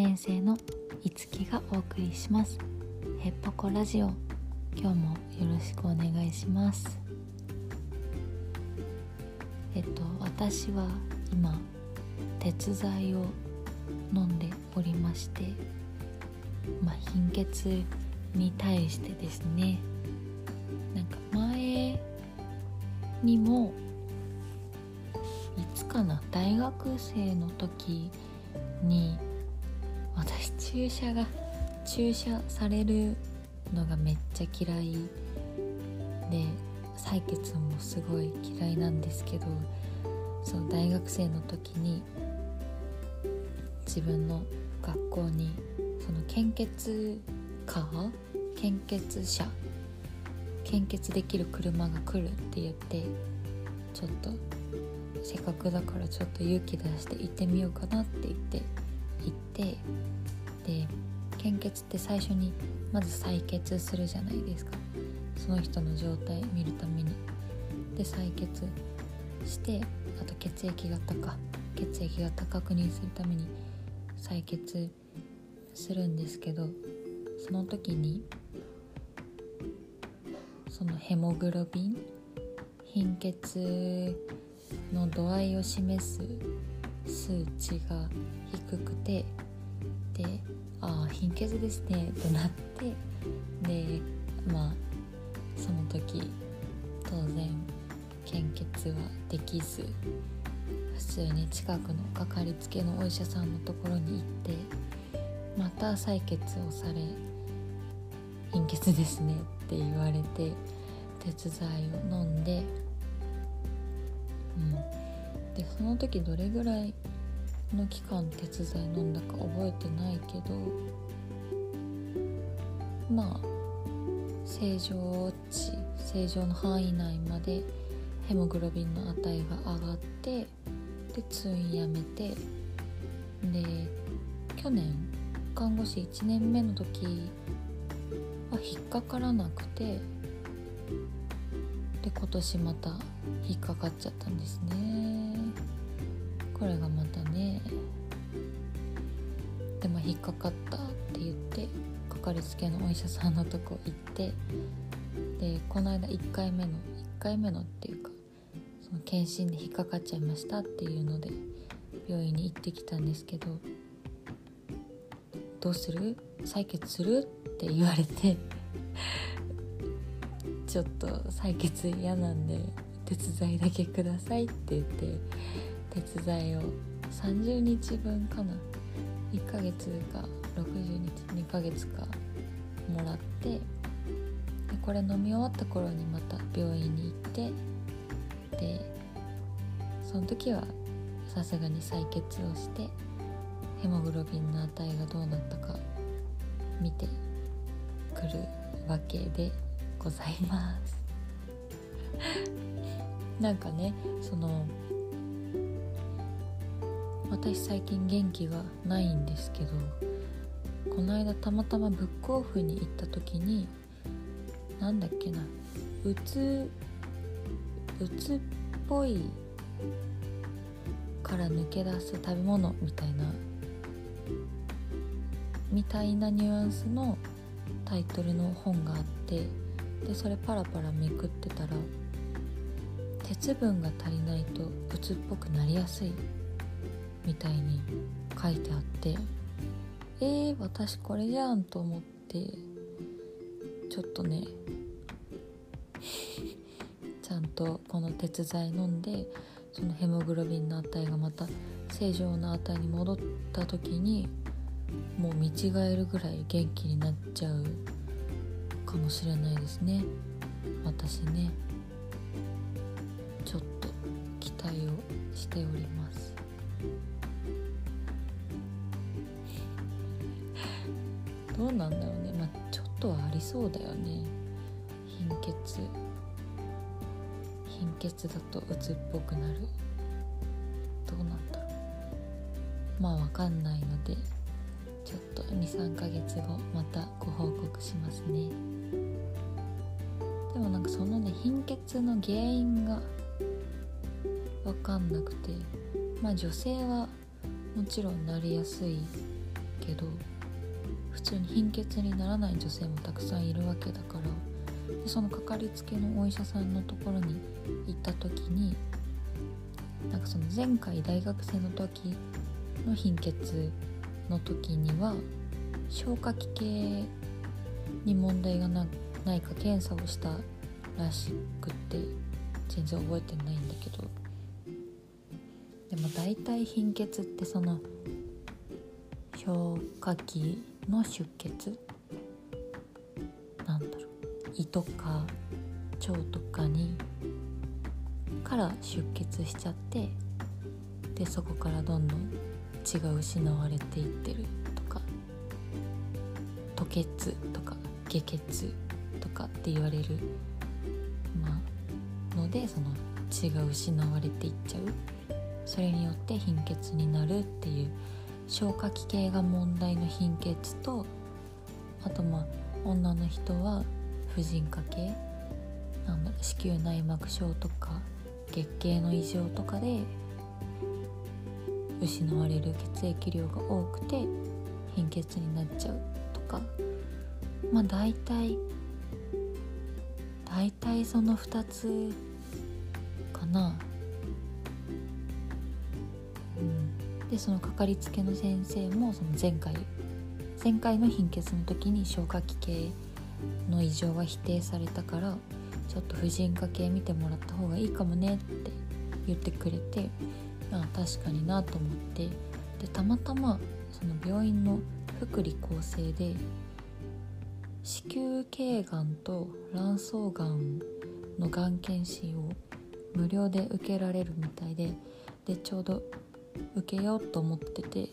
年生のいつきがお送りします。へっぽこラジオ、今日もよろしくお願いします。私は今鉄剤を飲んでおりまして、貧血に対してですね、前にもいつかな、大学生の時に私注射されるのがめっちゃ嫌いで、採血もすごい嫌いなんですけど、その大学生の時に自分の学校にその献血できる車が来るって言って、ちょっとせっかくだからちょっと勇気出して行ってみようかなって言って行って、で献血って最初にまず採血するじゃないですか。その人の状態見るために。で採血して、あと血液型確認するために採血するんですけど、その時にそのヘモグロビン、貧血の度合いを示す数値が低くて、で貧血ですねとなって、でその時当然献血はできず、普通に近くのかかりつけのお医者さんのところに行って、また採血をされ、貧血ですねって言われて鉄剤を飲んで、でその時どれぐらいの期間鉄剤飲んだか覚えてないけど、正常の範囲内までヘモグロビンの値が上がって、で通院やめて、で去年看護師1年目の時は引っかからなくて、で今年また引っかかっちゃったんですね。これがまたね、で引っかかったって言ってかかりつけのお医者さんのとこ行って、でこの間1回目のっていうか、その検診で引っかかっちゃいましたっていうので病院に行ってきたんですけど、どうする？採血する？って言われてちょっと採血嫌なんで鉄剤だけくださいって言って、鉄剤を30日分かな、1ヶ月か60日2ヶ月かもらって、でこれ飲み終わった頃にまた病院に行って、でその時はさすがに採血をしてヘモグロビンの値がどうなったか見てくるわけでございます私最近元気がないんですけど、この間たまたまブックオフに行った時に、うつっぽいから抜け出す食べ物みたいなニュアンスのタイトルの本があって、でそれパラパラめくってたら、鉄分が足りないとうつっぽくなりやすいみたいに書いてあって、私これじゃんと思って、ちょっとねちゃんとこの鉄剤飲んで、そのヘモグロビンの値がまた正常な値に戻った時に、もう見違えるぐらい元気になっちゃうかもしれないですね。私ね、ちょっと期待をしております。どうなんだろうね。ちょっとはありそうだよね。貧血だとうつっぽくなる。どうなんだろう。わかんないので、ちょっと 2,3 ヶ月後またご報告しますね。でもそのね、貧血の原因がわかんなくて、女性はもちろんなりやすいけど、普通に貧血にならない女性もたくさんいるわけだから、でそのかかりつけのお医者さんのところに行った時に、なんかその前回大学生の時の貧血の時には消化器系に問題がないか検査をしたらしくて、全然覚えてないんだけど、でも大体貧血ってその消化器の出血なんだろう、胃とか腸とかから出血しちゃって、でそこからどんどん血が失われていってるとか、吐血とか下血とかって言われる、のでその血が失われていっちゃう、それによって貧血になるっていう消化器系が問題の貧血と、あと女の人は婦人科系子宮内膜症とか月経の異常とかで失われる血液量が多くて貧血になっちゃうとか、大体その2つかな。でそのかかりつけの先生もその前回の貧血の時に消化器系の異常が否定されたから、ちょっと婦人科系見てもらった方がいいかもねって言ってくれて、確かになと思って、でたまたまその病院の福利厚生で子宮頸がんと卵巣がんのがん検診を無料で受けられるみたいで、ちょうど受けようと思ってて、で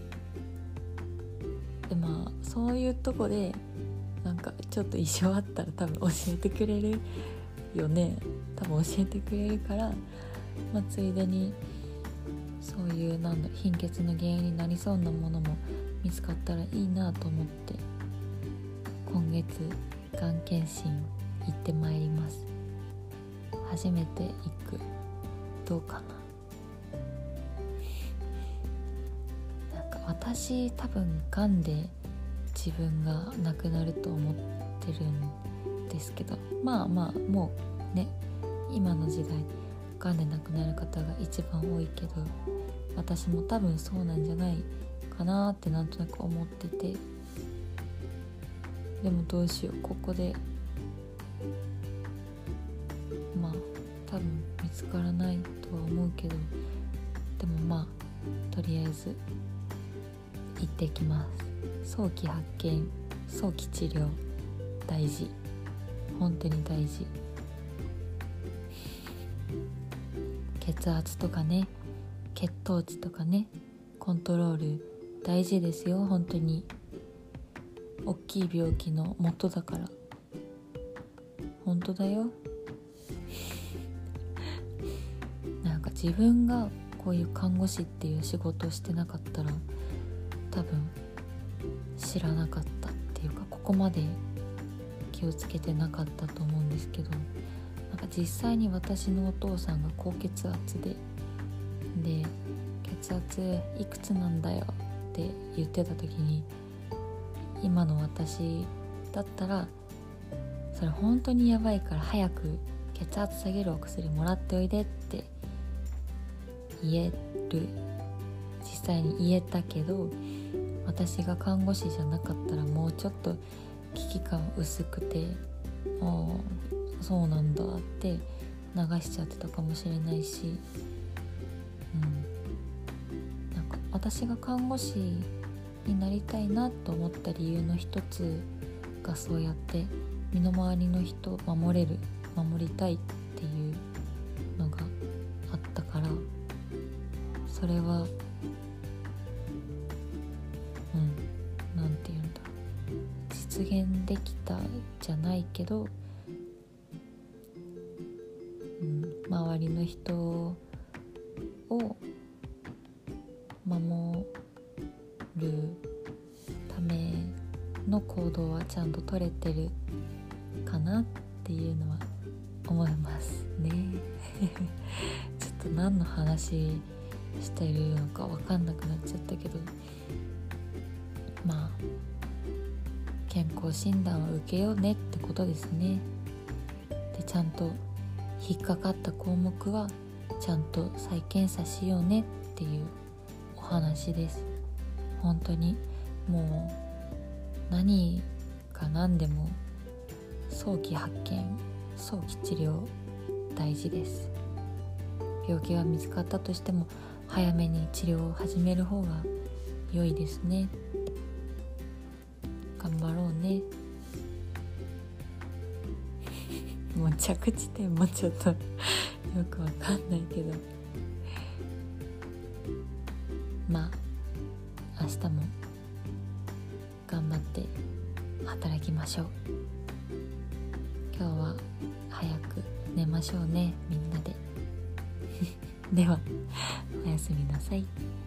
そういうとこでなんかちょっと異常あったら多分教えてくれるよね。多分教えてくれるから、ついでにそういう貧血の原因になりそうなものも見つかったらいいなと思って、今月がん検診行ってまいります。初めて行く。どうかな。私多分がんで自分が亡くなると思ってるんですけど、もうね、今の時代がんで亡くなる方が一番多いけど、私も多分そうなんじゃないかなってなんとなく思ってて、でもどうしよう、ここで多分見つからないとは思うけど、でもとりあえず行ってきます。早期発見、早期治療大事、本当に大事。血圧とかね、血糖値とかね、コントロール大事ですよ。本当に大きい病気の元だから。本当だよ。自分がこういう看護師っていう仕事をしてなかったら多分知らなかったっていうか、ここまで気をつけてなかったと思うんですけど、実際に私のお父さんが高血圧で血圧いくつなんだよって言ってた時に、今の私だったらそれ本当にやばいから早く血圧下げるお薬もらっておいでって実際に言えたけど、私が看護師じゃなかったらもうちょっと危機感薄くて、そうなんだって流しちゃってたかもしれないし、私が看護師になりたいなと思った理由の一つが、そうやって身の回りの人を守りたいっていうのがあったから、それはなんていうんだろう、実現できたじゃないけど、周りの人を守るための行動はちゃんと取れてるかなっていうのは思いますね。ちょっと何の話してるのか分かんなくなっちゃったけど、 まあ健康診断は受けようねってことですね。でちゃんと引っかかった項目はちゃんと再検査しようねっていうお話です。本当にもう何が何でも早期発見、早期治療大事です。病気が見つかったとしても早めに治療を始める方が良いですね。頑張ろうね。もう着地点もちょっとよくわかんないけど、まあ明日も頑張って働きましょう。今日は早く寝ましょうね、みんなでではおやすみなさい。